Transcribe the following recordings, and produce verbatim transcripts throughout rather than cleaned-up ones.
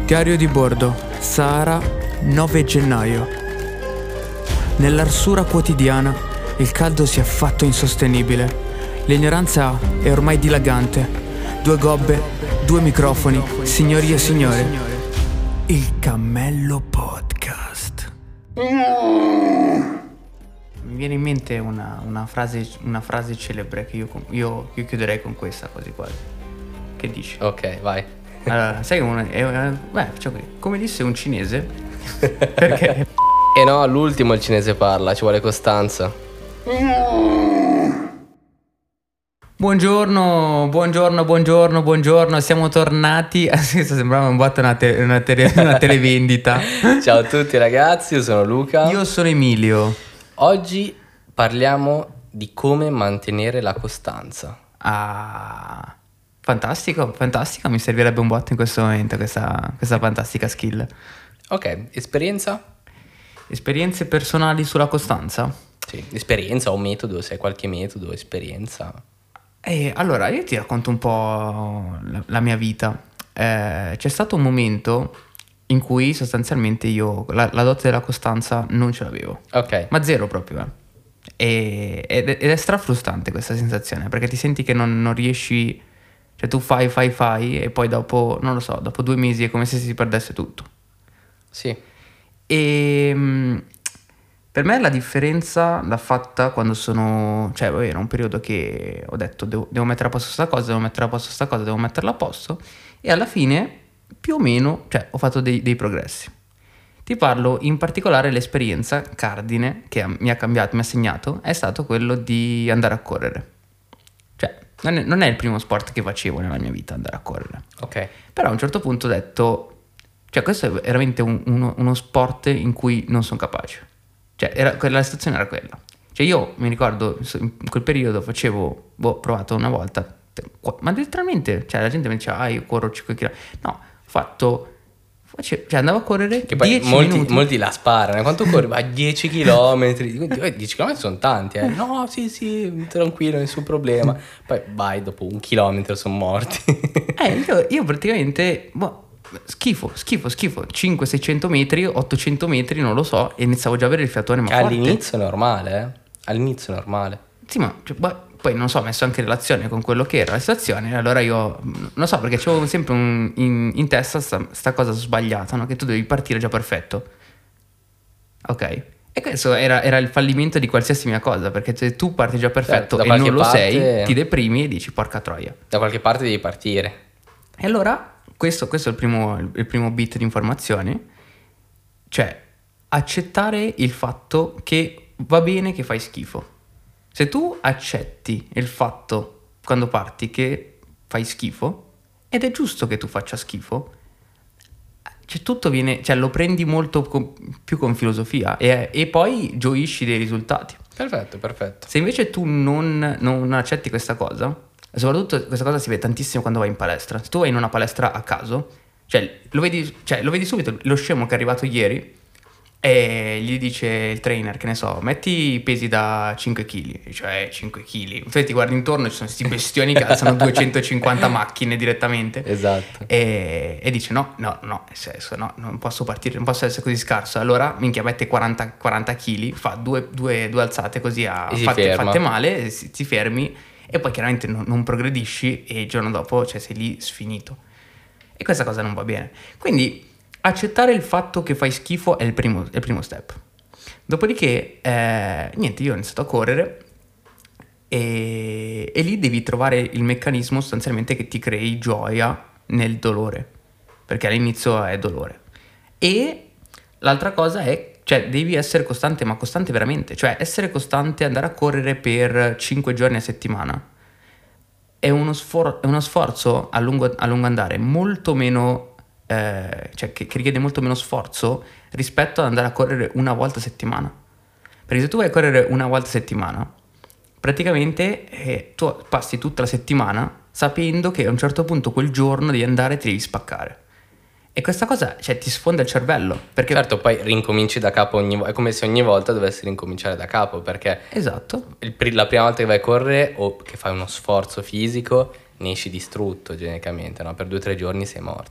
Diario di bordo, Sahara, nove gennaio. Nell'arsura quotidiana il caldo si è fatto insostenibile. L'ignoranza è ormai dilagante. Due gobbe, due microfoni, signori e signore. Il Cammello Podcast. Mi viene in mente una, una, frase, una frase celebre che io, io, io chiuderei con questa quasi quasi. Che dici? Ok, vai. Allora, sai come è una, beh, cioè, come disse un cinese. Perché? E no, all'ultimo il cinese parla, ci vuole costanza. Buongiorno, buongiorno, buongiorno, buongiorno. Siamo tornati. Sembrava un botto una, te, una, tele, una televendita. Ciao a tutti ragazzi, io sono Luca. Io sono Emilio. Oggi parliamo di come mantenere la costanza. Ah, fantastico, fantastico. Mi servirebbe un botto in questo momento questa, questa fantastica skill. Ok, esperienza? Esperienze personali sulla costanza? Sì, esperienza o metodo, se hai qualche metodo, esperienza. Eh, allora, io ti racconto un po' la, la mia vita. Eh, c'è stato un momento in cui sostanzialmente io la, la dote della costanza non ce l'avevo. Ok. Ma zero proprio. Eh. E, ed, ed è strafrustrante questa sensazione, perché ti senti che non, non riesci, cioè tu fai, fai, fai e poi dopo, non lo so, dopo due mesi è come se si perdesse tutto. Sì. E mh, per me la differenza l'ha fatta quando sono, cioè vabbè, era un periodo che ho detto devo, devo mettere a posto sta cosa, devo mettere a posto sta cosa, devo metterla a posto, e alla fine più o meno, cioè ho fatto dei, dei progressi. Ti parlo in particolare l'esperienza cardine che mi ha cambiato, mi ha segnato, è stato quello di andare a correre. Cioè non è, non è il primo sport che facevo nella mia vita, andare a correre. Ok. Però a un certo punto ho detto, cioè questo è veramente un, uno, uno sport in cui non sono capace. Cioè era, la situazione era quella. Cioè io mi ricordo in quel periodo facevo, boh, ho provato una volta, ma letteralmente, cioè la gente mi diceva, ah io corro cinque chilometri. No, ho fatto, facevo, cioè andavo a correre che poi dieci molti, minuti. molti la sparano. Quanto corri? Ma dieci chilometri. dieci chilometri sono tanti, eh. No, sì, sì, tranquillo, nessun problema. Poi vai, dopo un chilometro sono morti. Eh, io, io praticamente, boh, schifo, schifo, schifo. cinquecento seicento metri, ottocento metri, non lo so, e iniziavo già a avere il fiatone, ma all'inizio forte. è normale, eh. All'inizio è normale. Sì, ma cioè, boh, poi non so, ho messo anche in relazione con quello che era la situazione, allora io non so, perché c'avevo sempre un, in, in testa sta, sta cosa sbagliata, no? Che tu devi partire già perfetto. Ok? E questo era, era il fallimento di qualsiasi mia cosa, perché se tu parti già perfetto, certo, e non lo parte, sei, ti deprimi e dici porca troia. Da qualche parte devi partire. E allora questo, questo è il primo, il primo bit di informazione, cioè accettare il fatto che va bene che fai schifo. Se tu accetti il fatto quando parti che fai schifo, ed è giusto che tu faccia schifo, cioè tutto viene, cioè lo prendi molto con, più con filosofia e, e poi gioisci dei risultati. Perfetto, perfetto. Se invece tu non, non accetti questa cosa, e soprattutto questa cosa si vede tantissimo quando vai in palestra. Se tu vai in una palestra a caso, cioè lo vedi, cioè, lo vedi subito, lo scemo che è arrivato ieri e gli dice il trainer, che ne so, metti i pesi da cinque chili, cioè cinque chili. Tu ti guardi intorno, ci sono questi bestioni che alzano duecentocinquanta macchine direttamente. Esatto. E, e dice no, no, no, nel senso, no, non posso partire, non posso essere così scarso. Allora, minchia, mette quaranta, quaranta chili, fa due, due, due alzate così a, fatte, fatte male, si, ti fermi. E poi chiaramente non, non progredisci e il giorno dopo, cioè, sei lì sfinito. E questa cosa non va bene. Quindi accettare il fatto che fai schifo è il primo, è il primo step. Dopodiché, eh, niente, io ho iniziato a correre e, e lì devi trovare il meccanismo sostanzialmente che ti crei gioia nel dolore, perché all'inizio è dolore. E l'altra cosa è, cioè devi essere costante, ma costante veramente, cioè essere costante, andare a correre per cinque giorni a settimana è uno, sfor- è uno sforzo a lungo, a lungo andare molto meno, eh, cioè che, che richiede molto meno sforzo rispetto ad andare a correre una volta a settimana. Perché se tu vai a correre una volta a settimana, praticamente eh, tu passi tutta la settimana sapendo che a un certo punto quel giorno devi andare e ti devi spaccare. E questa cosa, cioè, ti sfonda il cervello, perché certo, poi rincominci da capo ogni volta. È come se ogni volta dovessi rincominciare da capo, perché esatto. il, la prima volta che vai a correre o che fai uno sforzo fisico ne esci distrutto genericamente, no? Per due o tre giorni sei morto.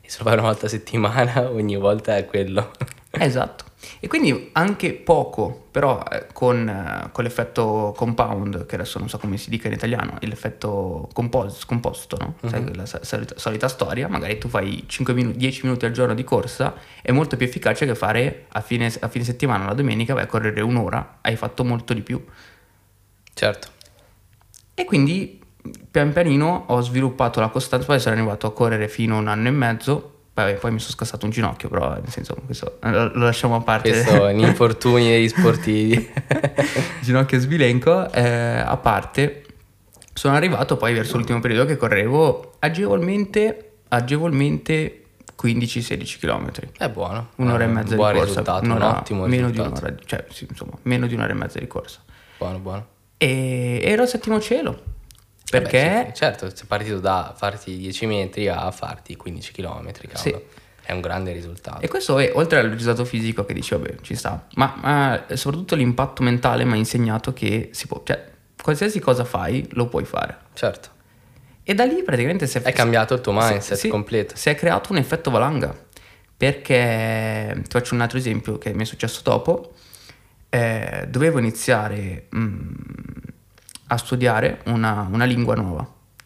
E se lo fai una volta a settimana, ogni volta è quello. Esatto. E quindi anche poco, però eh, con, eh, con l'effetto compound, che adesso non so come si dica in italiano, l'effetto compos- composto, no? Sai, Mhm. la sa- solita, solita storia, magari tu fai cinque minuti, dieci minuti al giorno di corsa, è molto più efficace che fare a fine, a fine settimana, la domenica, vai a correre un'ora, hai fatto molto di più. Certo. E quindi pian pianino ho sviluppato la costanza, poi sono arrivato a correre fino a un anno e mezzo. Vabbè, poi mi sono scassato un ginocchio, però nel senso questo lo, lo lasciamo a parte. Questo gli infortuni degli sportivi. Ginocchio sbilenco, eh, a parte. Sono arrivato poi verso l'ultimo periodo che correvo agevolmente, agevolmente quindici sedici km. È buono. Un'ora È e un mezza buon di corsa. risultato, un'ora- un ottimo meno di risultato. un'ora, cioè sì, insomma, meno di un'ora e mezza di corsa. Buono, buono. E ero al settimo cielo. Eh beh, Perché? sì, certo, sei partito da farti dieci metri a farti quindici chilometri, cavolo. Sì. È un grande risultato. E questo è, oltre al risultato fisico che dici, vabbè, ci sta, ma, ma soprattutto l'impatto mentale mi ha insegnato che si può, cioè, qualsiasi cosa fai, lo puoi fare. Certo. E da lì praticamente si è... È cambiato il tuo si- mindset sì, completo. Si è creato un effetto valanga, perché, ti faccio un altro esempio che mi è successo dopo, eh, dovevo iniziare mm, a studiare una, una lingua nuova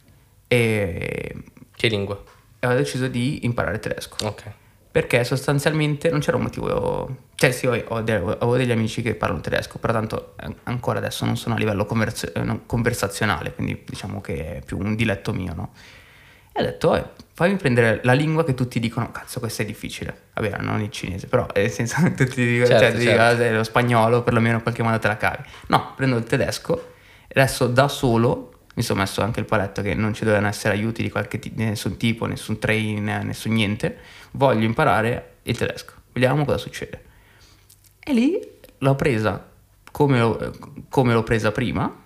e, Che lingua? e ho deciso di imparare tedesco. Ok. Perché sostanzialmente non c'era un motivo, cioè sì, ho, ho de- avevo degli amici che parlano tedesco, però tanto eh, ancora adesso non sono a livello conversa- eh, no, conversazionale, quindi diciamo che è più un diletto mio, no? E ho detto, eh, fammi prendere la lingua che tutti dicono, cazzo, questa è difficile. Vabbè, non il cinese, però nel senso tutti dicono, Certo, cioè, ti dicono, certo. "Ah, lo spagnolo, perlomeno in qualche modo te la cavi". No, prendo il tedesco, e adesso da solo mi sono messo anche il paletto che non ci dovevano essere aiuti di qualche ti- nessun tipo, nessun train, nessun niente. Voglio imparare il tedesco, vediamo cosa succede. E lì l'ho presa come l'ho, come l'ho presa prima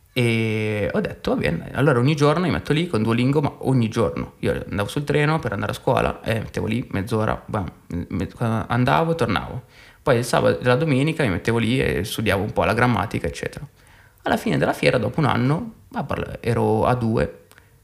e ho detto, va bene, allora ogni giorno mi metto lì con Duolingo, ma ogni giorno. Io andavo sul treno per andare a scuola e mettevo lì mezz'ora, bam, me- andavo e tornavo. Poi il sabato e la domenica mi mettevo lì e studiavo un po' la grammatica, eccetera. Alla fine della fiera, dopo un anno, ma parla- ero A due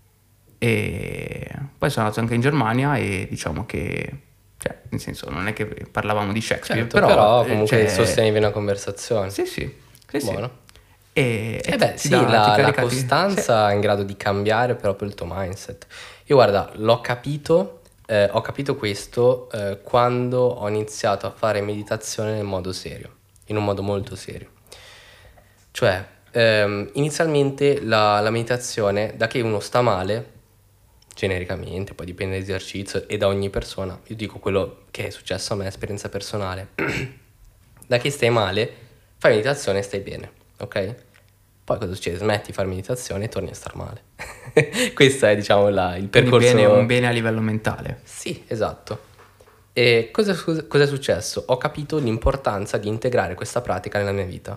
e poi sono andato anche in Germania e diciamo che, cioè, nel senso, non è che parlavamo di Shakespeare, Certo, però, però, eh, comunque cioè, sostenevi una conversazione. Sì, sì, sì, sì. Buono. E, Eh e beh, ti sì, dà- ti la, la carica di- costanza è in grado di cambiare proprio il tuo mindset. Io guarda, l'ho capito, eh, ho capito questo eh, quando ho iniziato a fare meditazione nel modo serio, in un modo molto serio. Cioè, ehm, inizialmente la, la meditazione, da che uno sta male, genericamente, poi dipende dall'esercizio e da ogni persona, io dico quello che è successo a me, esperienza personale, da che stai male, fai meditazione e stai bene, ok? Poi cosa succede? Smetti di fare meditazione e torni a star male. Questo è, diciamo, la- il Quindi percorso. bene, un bene a livello mentale. Sì, esatto. E cosa, cosa è successo? Ho capito l'importanza di integrare questa pratica nella mia vita.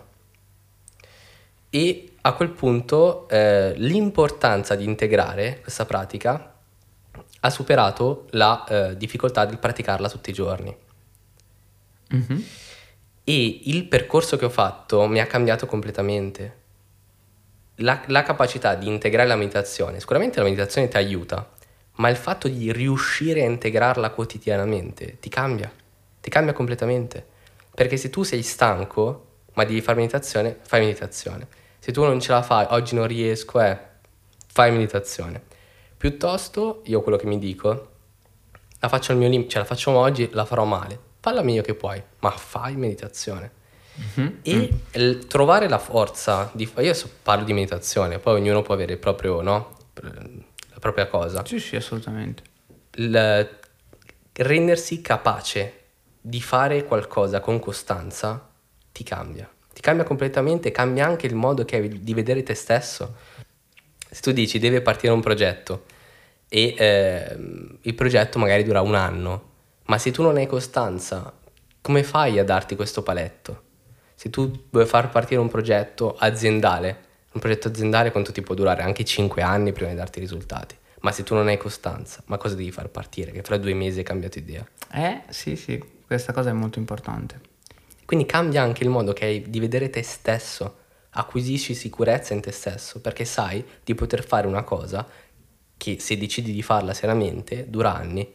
E a quel punto eh, l'importanza di integrare questa pratica ha superato la eh, difficoltà di praticarla tutti i giorni. Mhm. E il percorso che ho fatto mi ha cambiato completamente. La, la capacità di integrare la meditazione, sicuramente la meditazione ti aiuta, ma il fatto di riuscire a integrarla quotidianamente ti cambia, ti cambia completamente. Perché se tu sei stanco, ma devi fare meditazione, fai meditazione. Se tu non ce la fai, oggi non riesco, eh, fai meditazione. Piuttosto, io quello che mi dico, la faccio al mio limite, cioè la facciamo oggi, la farò male. Falla meglio che puoi, ma fai meditazione. Mhm. E il trovare la forza di io adesso parlo di meditazione, poi ognuno può avere il proprio, no? La propria cosa. Sì, sì, assolutamente. Il rendersi capace di fare qualcosa con costanza ti cambia. Ti cambia completamente, cambia anche il modo che hai di vedere te stesso. Se tu dici deve partire un progetto e ehm, il progetto magari dura un anno, ma se tu non hai costanza, come fai a darti questo paletto? Se tu vuoi far partire un progetto aziendale, un progetto aziendale quanto ti può durare? Anche cinque anni prima di darti i risultati. Ma se tu non hai costanza, ma cosa devi far partire? Che fra due mesi hai cambiato idea. Eh, sì, sì, questa cosa è molto importante. Quindi cambia anche il modo che hai di vedere te stesso, acquisisci sicurezza in te stesso, perché sai di poter fare una cosa che se decidi di farla seriamente dura anni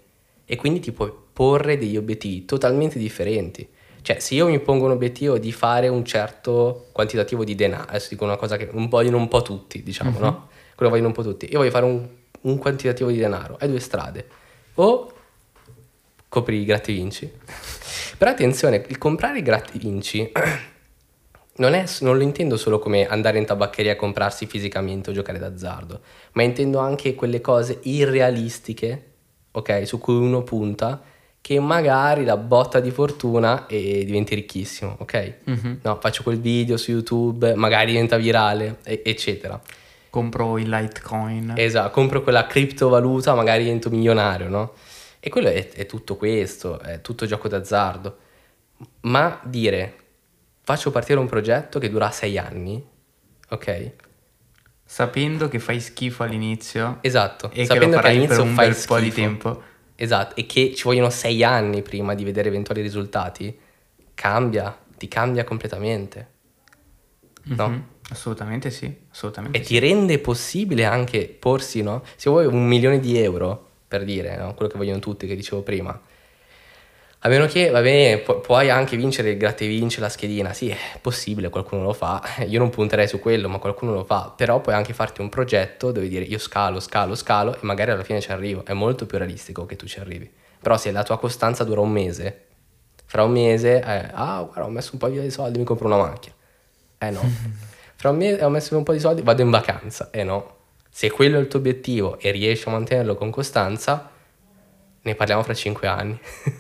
e quindi ti puoi porre degli obiettivi totalmente differenti. Cioè, se io mi pongo un obiettivo di fare un certo quantitativo di denaro, adesso dico una cosa che non vogliono un po' tutti, diciamo, Mhm. no? Quello vogliono un po' tutti. Io voglio fare un, un quantitativo di denaro, hai due strade. O copri i gratta e vinci. Però attenzione, il comprare i gratta e vinci non, è, non lo intendo solo come andare in tabaccheria a comprarsi fisicamente o giocare d'azzardo, ma intendo anche quelle cose irrealistiche, ok, su cui uno punta, che magari la botta di fortuna e diventi ricchissimo, ok? Mhm. No, faccio quel video su YouTube, magari diventa virale, e- eccetera. Compro il Litecoin. Esatto, compro quella criptovaluta, magari divento milionario, no? E quello è, è tutto questo, è tutto gioco d'azzardo. Ma dire, faccio partire un progetto che dura sei anni, ok? Sapendo che fai schifo all'inizio Esatto, e che lo sapendo che farai per all'inizio un fai bel po' di schifo. tempo. Esatto, e che ci vogliono sei anni prima di vedere eventuali risultati, cambia, ti cambia completamente, no? Mhm. Assolutamente sì, assolutamente E sì. ti rende possibile anche porsi, no? Se vuoi un milione di euro, per dire, no? Quello che vogliono tutti, che dicevo prima. A meno che, va bene, pu- puoi anche vincere il gratta e vince la schedina. Sì, è possibile, qualcuno lo fa. Io non punterei su quello, ma qualcuno lo fa. Però puoi anche farti un progetto dove dire io scalo, scalo, scalo e magari alla fine ci arrivo. È molto più realistico che tu ci arrivi. Però se la tua costanza dura un mese, fra un mese, eh, ah, guarda, ho messo un po' via di soldi, mi compro una macchina. Eh no. Fra un mese ho messo un po' di soldi, vado in vacanza. Eh no. Se quello è il tuo obiettivo e riesci a mantenerlo con costanza, ne parliamo fra cinque anni.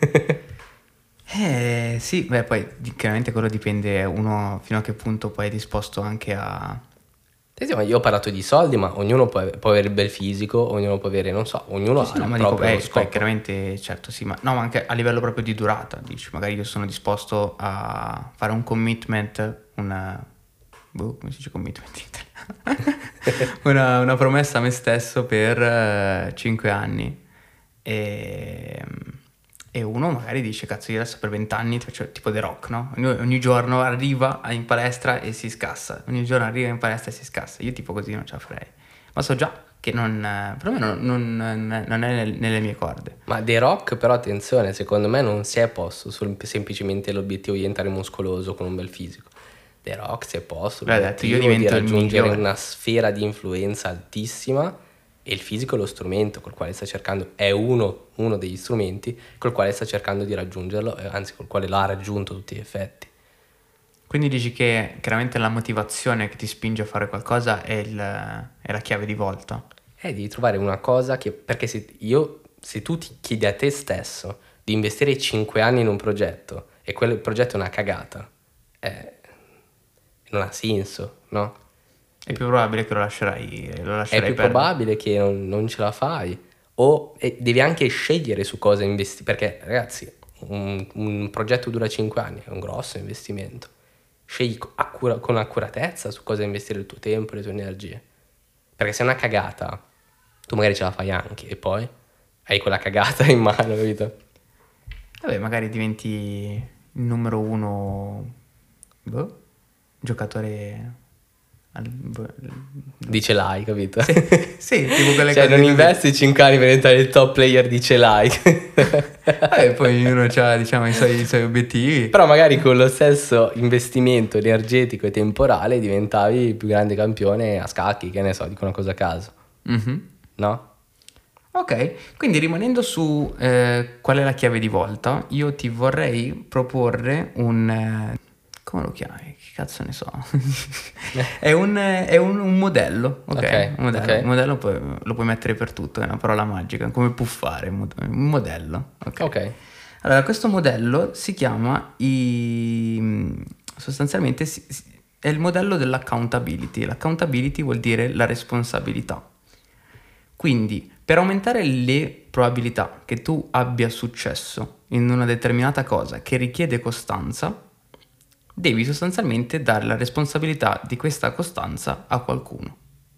Eh sì, beh poi di- chiaramente quello dipende uno fino a che punto poi è disposto anche a... Sì, sì, ma io ho parlato di soldi, ma ognuno può, può avere il bel fisico, ognuno può avere, non so, ognuno Sì, ha sì, no, il ma dico, proprio eh, poi scopo. chiaramente certo sì, ma no, ma anche a livello proprio di durata, dici, magari io sono disposto a fare un commitment, una... boh, come si dice commitment in italiano? una, una promessa a me stesso per cinque anni e, e uno magari dice, cazzo, io adesso per venti anni faccio tipo The Rock, no? Ogni, ogni giorno arriva in palestra e si scassa, ogni giorno arriva in palestra e si scassa, io tipo così non ce la farei, ma so già che non, per me non, non- non è nel- nelle mie corde. Ma The Rock, però, attenzione, secondo me non si è posto sul- semplicemente l'obiettivo di diventare muscoloso con un bel fisico. The Rock si è posto L'hai detto, io l'obiettivo di divento il raggiungere migliore. una sfera di influenza altissima e il fisico è lo strumento col quale sta cercando, è uno, uno degli strumenti col quale sta cercando di raggiungerlo, eh, anzi col quale l'ha raggiunto a tutti gli effetti. Quindi dici che chiaramente la motivazione che ti spinge a fare qualcosa è, il- è la chiave di volta. È di trovare una cosa che, perché se io, se tu ti chiedi a te stesso di investire cinque anni in un progetto e quel progetto è una cagata, eh, non ha senso, no? È più probabile che lo lascerai, lo È lascerai più perdere. probabile che non, non ce la fai o e devi anche scegliere su cosa investire, perché ragazzi, un, un progetto dura cinque anni, è un grosso investimento. Scegli co- accura- con accuratezza su cosa investire il tuo tempo e le tue energie. Perché se è una cagata, tu magari ce la fai anche e poi hai quella cagata in mano, capito? Vabbè, magari diventi il numero uno, boh, giocatore... al- boh, Dice l'hai, capito? sì, tipo quelle Cioè cose non così. investi cinque anni per diventare il top player di ce l'hai. E poi ognuno ha, diciamo, i suoi, i suoi obiettivi. Però magari con lo stesso investimento energetico e temporale diventavi il più grande campione a scacchi, che ne so, dico una cosa a caso, Mhm. no? Ok, quindi rimanendo su eh, qual è la chiave di volta, io ti vorrei proporre un... eh, come lo chiami? Che cazzo ne so? è un, è un, un modello, ok? Ok, un modello, ok. un modello poi lo puoi mettere per tutto, è una parola magica, come puffare, un mod- un modello, ok? Ok. Allora, questo modello si chiama i... sostanzialmente si- si- è il modello dell'accountability. L'accountability vuol dire la responsabilità. Quindi, per aumentare le probabilità che tu abbia successo in una determinata cosa che richiede costanza, devi sostanzialmente dare la responsabilità di questa costanza a qualcuno.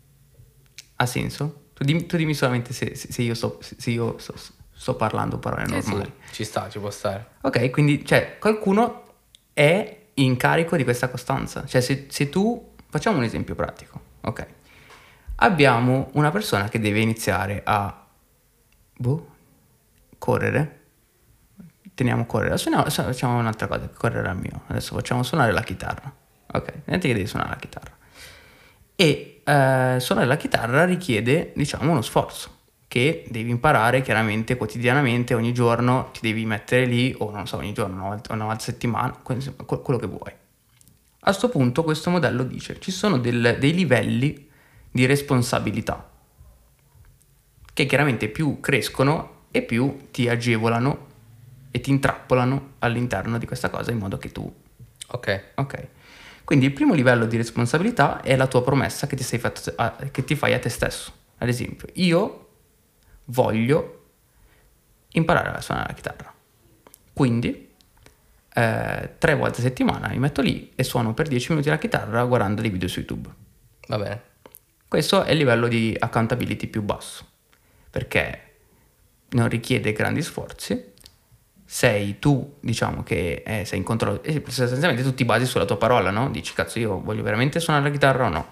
Ha senso? Tu dimmi, tu dimmi solamente se, se- se io, sto, se io sto, sto parlando parole Eh sì, normali. ci sta, ci può stare. Ok, quindi cioè, qualcuno è in carico di questa costanza. Cioè, se, se tu... Facciamo un esempio pratico, ok? Abbiamo una persona che deve iniziare a... boh... correre, teniamo correre, adesso no, adesso facciamo un'altra cosa, correre al mio, adesso facciamo suonare la chitarra, ok, niente che devi suonare la chitarra, e eh, suonare la chitarra richiede, diciamo, uno sforzo, che devi imparare chiaramente quotidianamente, ogni giorno ti devi mettere lì, o non so, ogni giorno, una volta, una volta a settimana, quello che vuoi. A sto punto questo modello dice, ci sono del, dei livelli di responsabilità, che chiaramente più crescono e più ti agevolano e ti intrappolano all'interno di questa cosa in modo che tu... Ok. Ok. Quindi il primo livello di responsabilità è la tua promessa che ti, sei fatto, a, che ti fai a te stesso. Ad esempio, io voglio imparare a suonare la chitarra. Quindi eh, tre volte a settimana mi metto lì e suono per dieci minuti la chitarra guardando dei video su YouTube. Va bene. Questo è il livello di accountability più basso, perché non richiede grandi sforzi, sei tu, diciamo che eh, sei in controllo, e sostanzialmente tu ti basi sulla tua parola, no? Dici, cazzo, io voglio veramente suonare la chitarra o no?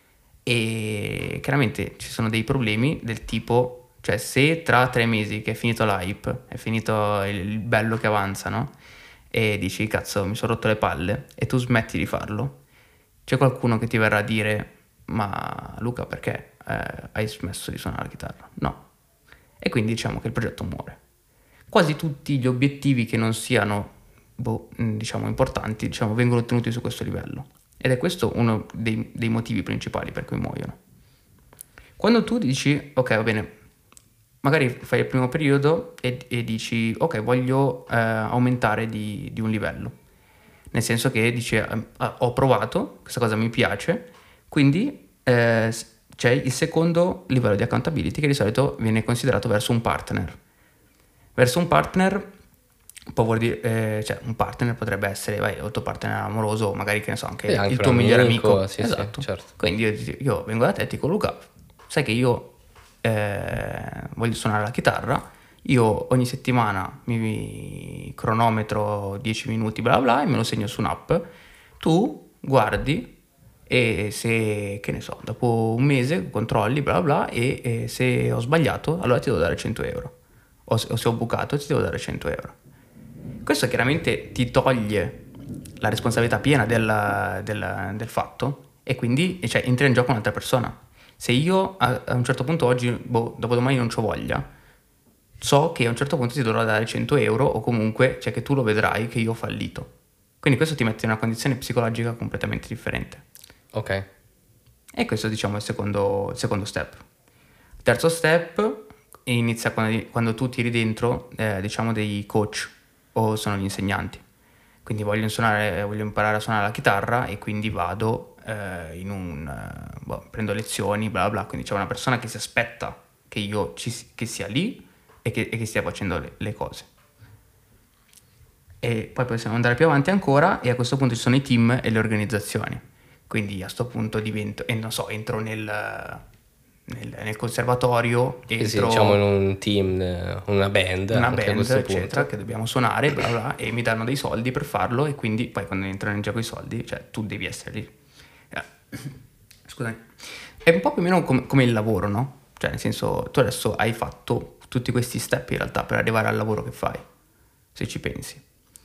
E chiaramente ci sono dei problemi del tipo, cioè se tra tre mesi che è finito l'hype, è finito il bello che avanza, no? E dici, cazzo, mi sono rotto le palle, e tu smetti di farlo, c'è qualcuno che ti verrà a dire, ma Luca, perché eh, hai smesso di suonare la chitarra? No. E quindi diciamo che il progetto muore. Quasi tutti gli obiettivi che non siano, boh, diciamo, importanti, diciamo, vengono ottenuti su questo livello. Ed è questo uno dei, dei motivi principali per cui muoiono. Quando tu dici, ok, va bene, magari fai il primo periodo e, e dici, ok, voglio eh, aumentare di, di un livello. Nel senso che dici, eh, ho provato, questa cosa mi piace, quindi eh, c'è il secondo livello di accountability che di solito viene considerato verso un partner. Verso un partner può vuol dire, eh, cioè un partner potrebbe essere vai, il tuo partner amoroso, magari che ne so, anche, E anche il tuo un migliore amico, amico. sì, Esatto. sì, certo. Quindi io, io vengo da te e ti dico, Luca, sai che io eh, voglio suonare la chitarra, io ogni settimana mi cronometro dieci minuti bla bla e me lo segno su un'app, tu guardi e se, che ne so, dopo un mese controlli bla bla e, e se ho sbagliato allora ti devo dare cento euro, o se, o se ho bucato ti devo dare cento euro. Questo chiaramente ti toglie la responsabilità piena del, del, del fatto e quindi cioè, entra in gioco un'altra persona. Se io a, a un certo punto oggi, boh, dopodomani non c'ho voglia, so che a un certo punto ti dovrò dare cento euro o comunque, cioè che tu lo vedrai che io ho fallito. Quindi questo ti mette in una condizione psicologica completamente differente. Ok. E questo diciamo è il secondo, il secondo step. Il terzo step inizia quando, quando tu tiri dentro eh, diciamo dei coach o sono gli insegnanti. Quindi voglio, suonare, voglio imparare a suonare la chitarra e quindi vado eh, in un... Eh, boh, prendo lezioni, bla bla, quindi c'è una persona che si aspetta che io ci, che sia lì e che, e che stia facendo le, le cose. E poi possiamo andare più avanti ancora e a questo punto ci sono i team e le organizzazioni. Quindi a sto punto divento, e non so, entro nel, nel, nel conservatorio, entro Sì, sì, diciamo in un team, una band, una anche a band, questo eccetera, punto. che dobbiamo suonare, bla bla, e mi danno dei soldi per farlo e quindi poi quando entrano in gioco i soldi, cioè tu devi essere lì. Eh, Scusami. È un po' più o meno com- come il lavoro, no? Cioè nel senso, tu adesso hai fatto tutti questi step in realtà per arrivare al lavoro che fai, se ci pensi.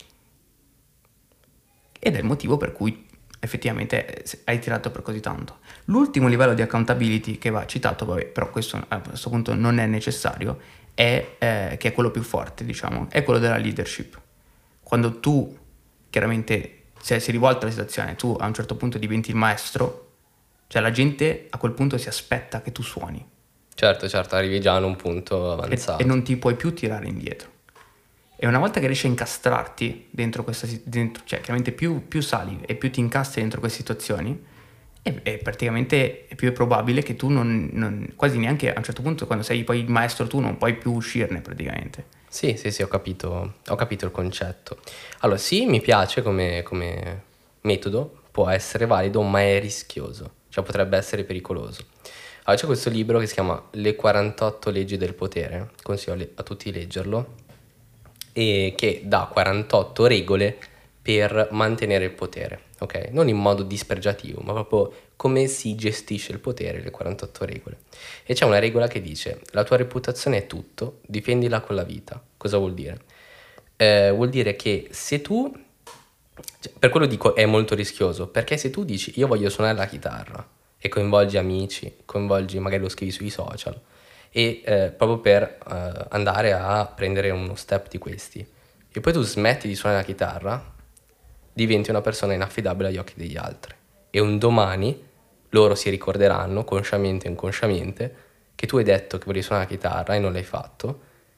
Ed è il motivo per cui effettivamente hai tirato per così tanto. L'ultimo livello di accountability che va citato, vabbè, però questo a questo punto non è necessario, è, eh, che è quello più forte, diciamo, è quello della leadership. Quando tu, chiaramente, se si rivolta la situazione, tu a un certo punto diventi il maestro, cioè la gente a quel punto si aspetta che tu suoni. Certo, certo, arrivi già in un punto avanzato. E, e non ti puoi più tirare indietro. E una volta che riesci a incastrarti dentro questa dentro, cioè chiaramente più, più sali e più ti incastri dentro queste situazioni, è, è praticamente è più probabile che tu non, non quasi neanche a un certo punto, quando sei poi il maestro, tu non puoi più uscirne praticamente. Sì, sì, sì, ho capito, ho capito il concetto. Allora, sì, mi piace come, come metodo, può essere valido, ma è rischioso, cioè potrebbe essere pericoloso. Allora, c'è questo libro che si chiama Le quarantotto leggi del potere, consiglio a tutti di leggerlo, e che dà quarantotto regole per mantenere il potere, ok? Non in modo dispregiativo, ma proprio come si gestisce il potere, le quarantotto regole. E c'è una regola che dice: la tua reputazione è tutto, difendila con la vita. Cosa vuol dire? Eh, vuol dire che se tu, cioè, per quello dico è molto rischioso, perché se tu dici io voglio suonare la chitarra e coinvolgi amici, coinvolgi, magari lo scrivi sui social, e eh, proprio per eh, andare a prendere uno step di questi, e poi tu smetti di suonare la chitarra, diventi una persona inaffidabile agli occhi degli altri, e un domani loro si ricorderanno, consciamente o inconsciamente, che tu hai detto che volevi suonare la chitarra e non l'hai fatto,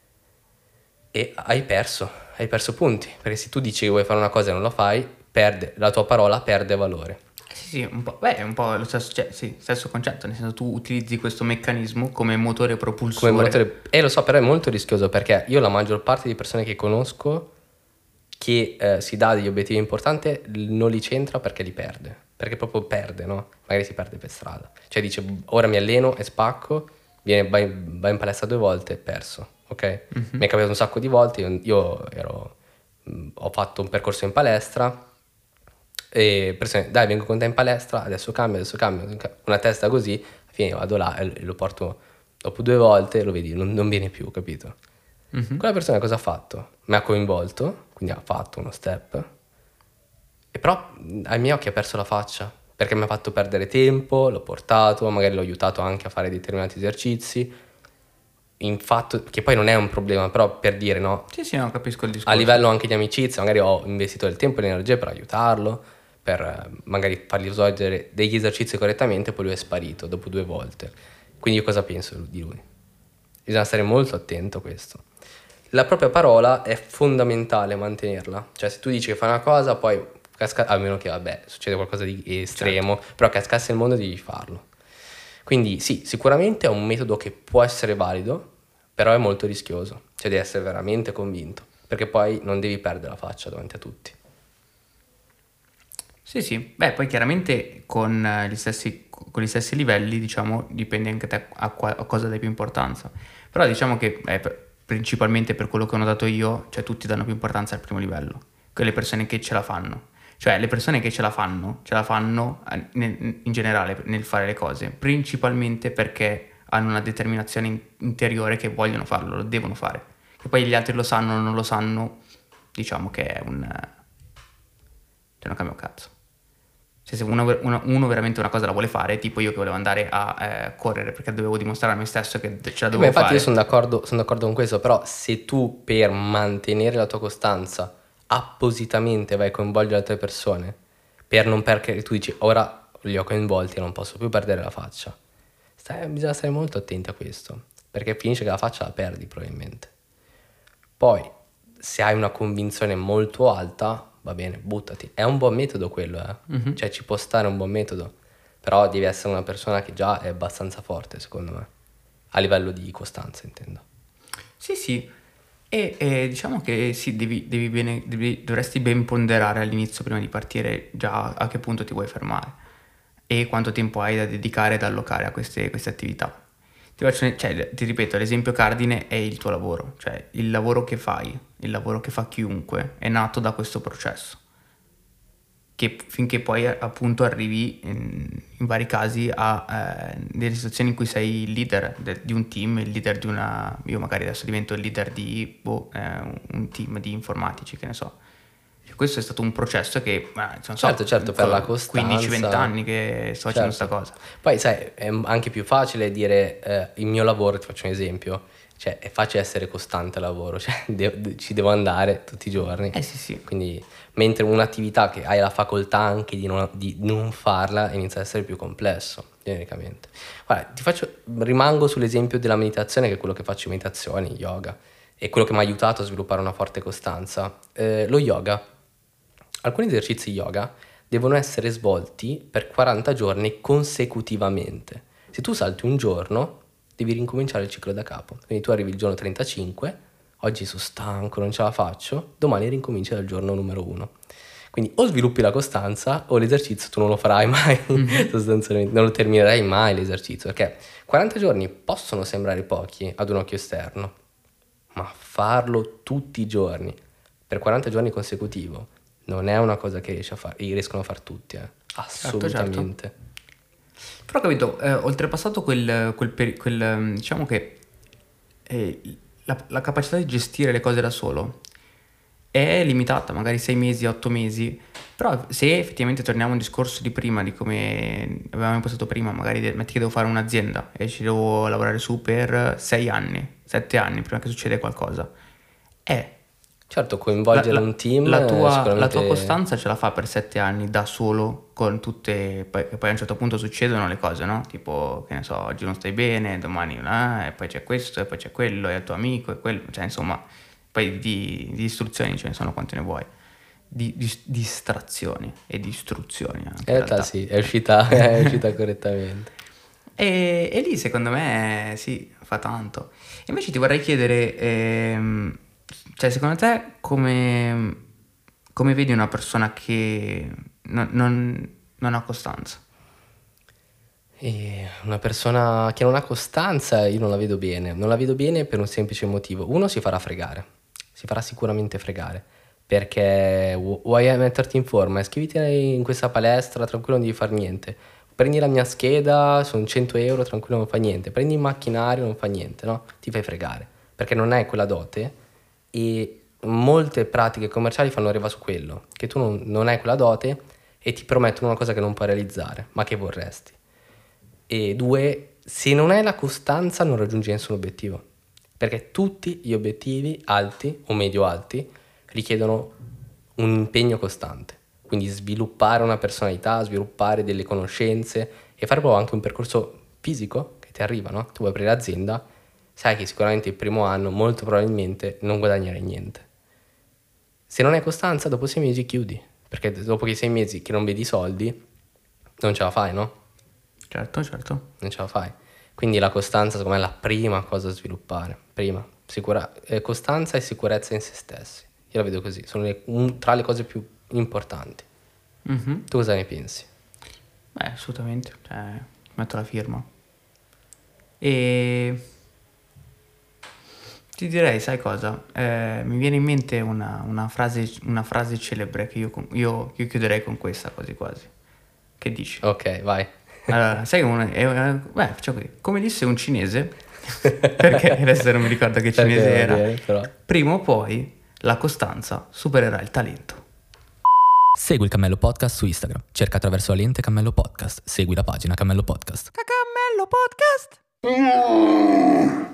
e hai perso, hai perso punti, perché se tu dici che vuoi fare una cosa e non la fai, perde, la tua parola perde valore. Sì, sì, un po', beh, è un po' lo stesso, cioè, sì, stesso concetto, nel senso tu utilizzi questo meccanismo come motore propulsore. Come motore, e lo so, però è molto rischioso, perché io la maggior parte di persone che conosco che eh, si dà degli obiettivi importanti non li centra perché li perde, perché proprio perde, no? Magari si perde per strada, cioè dice ora mi alleno e spacco, viene, va, in, va in palestra due volte, perso, ok? Mm-hmm. Mi è capitato un sacco di volte, io, io ero, mh, ho fatto un percorso in palestra e persone, dai vengo con te in palestra, adesso cambio, adesso cambio, una testa così, alla fine vado là e lo porto dopo due volte, lo vedi, non, non viene più, capito? Mm-hmm. Quella persona cosa ha fatto? Mi ha coinvolto, quindi ha fatto uno step, e però ai miei occhi ha perso la faccia, perché mi ha fatto perdere tempo, l'ho portato, magari l'ho aiutato anche a fare determinati esercizi, in fatto che poi non è un problema, però per dire, no? Sì, sì, no, capisco il discorso. A livello anche di amicizia, magari ho investito del tempo e l'energia per aiutarlo, per magari fargli svolgere degli esercizi correttamente, poi lui è sparito dopo due volte. Quindi io cosa penso di lui? Bisogna stare molto attento a questo. La propria parola è fondamentale mantenerla, cioè se tu dici che fai una cosa, poi casca, a meno che vabbè succede qualcosa di estremo, certo. Però cascasse il mondo devi farlo. Quindi sì, sicuramente è un metodo che può essere valido, però è molto rischioso, cioè devi essere veramente convinto, perché poi non devi perdere la faccia davanti a tutti. Sì, sì, beh, poi chiaramente con gli stessi, con gli stessi livelli, diciamo, dipende anche te a, qua, a cosa dai più importanza. Però diciamo che eh, principalmente per quello che ho notato io, cioè tutti danno più importanza al primo livello, quelle persone che ce la fanno. Cioè le persone che ce la fanno, ce la fanno in generale nel fare le cose, principalmente perché hanno una determinazione interiore che vogliono farlo, lo devono fare. Che poi gli altri lo sanno o non lo sanno, diciamo che è un... cioè non cambia un cazzo. Cioè se uno, uno, uno veramente una cosa la vuole fare, tipo io che volevo andare a eh, correre perché dovevo dimostrare a me stesso che ce la dovevo Beh, infatti fare. Io sono d'accordo, sono d'accordo con questo, però se tu per mantenere la tua costanza appositamente vai a coinvolgere altre persone, per non perdere, tu dici ora li ho coinvolti e non posso più perdere la faccia, Stai, bisogna stare molto attenti a questo, perché finisce che la faccia la perdi probabilmente. Poi se hai una convinzione molto alta, va bene, buttati, è un buon metodo quello, eh? Mm-hmm. Cioè ci può stare un buon metodo, però devi essere una persona che già è abbastanza forte secondo me, a livello di costanza intendo. Sì, sì. E, e diciamo che sì, devi, devi bene, devi, dovresti ben ponderare all'inizio prima di partire già a che punto ti vuoi fermare e quanto tempo hai da dedicare e da allocare a queste, queste attività. Ti, faccio, cioè, ti ripeto, l'esempio cardine è il tuo lavoro, cioè il lavoro che fai, il lavoro che fa chiunque è nato da questo processo. Che finché poi appunto arrivi in, in vari casi a eh, delle situazioni in cui sei il leader de, di un team, il leader di una... io magari adesso divento il leader di boh, eh, un team di informatici, che ne so. E questo è stato un processo che, eh, non so, certo, certo, per la costanza. quindici venti anni che sto certo. facendo questa cosa. Poi sai, è anche più facile dire eh, il mio lavoro, ti faccio un esempio, cioè è facile essere costante al lavoro, cioè de- ci devo andare tutti i giorni. Eh sì sì. Quindi, mentre un'attività che hai la facoltà anche di non, di non farla inizia ad essere più complesso, genericamente. Guarda, ti faccio, rimango sull'esempio della meditazione, che è quello che faccio in meditazione, yoga, e quello che mi ha aiutato a sviluppare una forte costanza. Eh, lo yoga, alcuni esercizi yoga devono essere svolti per quaranta giorni consecutivamente. Se tu salti un giorno, devi rincominciare il ciclo da capo. Quindi tu arrivi il giorno trentacinque, oggi sono stanco, non ce la faccio, domani rincominci dal giorno numero uno. Quindi o sviluppi la costanza o l'esercizio tu non lo farai mai, mm-hmm. sostanzialmente, non lo terminerai mai l'esercizio, perché quaranta giorni possono sembrare pochi ad un occhio esterno, ma farlo tutti i giorni, per quaranta giorni consecutivo, non è una cosa che riesce a fare, riescono a fare tutti, eh. Assolutamente. Certo, certo. Però ho capito, eh, oltrepassato quel, quel, peri- quel diciamo che eh, la, la capacità di gestire le cose da solo è limitata, magari sei mesi, otto mesi, però se effettivamente torniamo a un discorso di prima, di come avevamo impostato prima, magari de- metti che devo fare un'azienda e ci devo lavorare su per sei anni, sette anni prima che succeda qualcosa, è Certo, coinvolgere la, la- un team la è tua, sicuramente... la tua costanza ce la fa per sette anni da solo, con tutte, poi, che poi a un certo punto succedono le cose, no? Tipo, che ne so, oggi non stai bene, domani ah, e poi c'è questo, e poi c'è quello, e il tuo amico, e quello, cioè insomma, poi di, di istruzioni ce ne sono quante ne vuoi, di, di distrazioni e di istruzioni anche In realtà sì, è uscita, è uscita correttamente. E, e lì secondo me sì, fa tanto. Invece ti vorrei chiedere, ehm, cioè secondo te come, come vedi una persona che non, non- non ha costanza? E una persona che non ha costanza io non la vedo bene, non la vedo bene per un semplice motivo. Uno, si farà fregare, si farà sicuramente fregare, perché vu- vuoi metterti in forma, iscriviti in questa palestra, tranquillo, non devi fare niente. Prendi la mia scheda, sono cento euro, tranquillo, non fa niente. Prendi il macchinario, non fa niente, no? Ti fai fregare, perché non hai quella dote e molte pratiche commerciali fanno leva su quello, che tu non, non hai quella dote e ti promettono una cosa che non puoi realizzare, ma che vorresti. E due, se non hai la costanza non raggiungi nessun obiettivo, perché tutti gli obiettivi alti o medio alti richiedono un impegno costante, quindi sviluppare una personalità, sviluppare delle conoscenze e fare proprio anche un percorso fisico che ti arriva, no? Tu vuoi aprire l'azienda, sai che sicuramente il primo anno molto probabilmente non guadagnerai niente. Se non hai costanza, dopo sei mesi chiudi, perché dopo che sei mesi che non vedi i soldi non ce la fai, no? Certo, certo. Non ce la fai. Quindi la costanza, secondo me, è la prima cosa da sviluppare. Prima, sicura, eh, costanza e sicurezza in se stessi. Io la vedo così, sono le- un- tra le cose più importanti. Mhm. Tu cosa ne pensi? Beh, assolutamente, cioè, metto la firma. E ti direi, sai cosa? Eh, mi viene in mente una, una frase, una frase celebre che io, con- io, io chiuderei con questa quasi quasi. Che dici? Ok, vai. Allora, sai una, è una- beh, facciamo così. Come disse un cinese, perché adesso non mi ricordo che cinese Perché va era, bene, però. prima o poi la costanza supererà il talento. Segui il Cammello Podcast su Instagram. Cerca attraverso la lente Cammello Podcast. Segui la pagina Cammello Podcast. Cammello Podcast!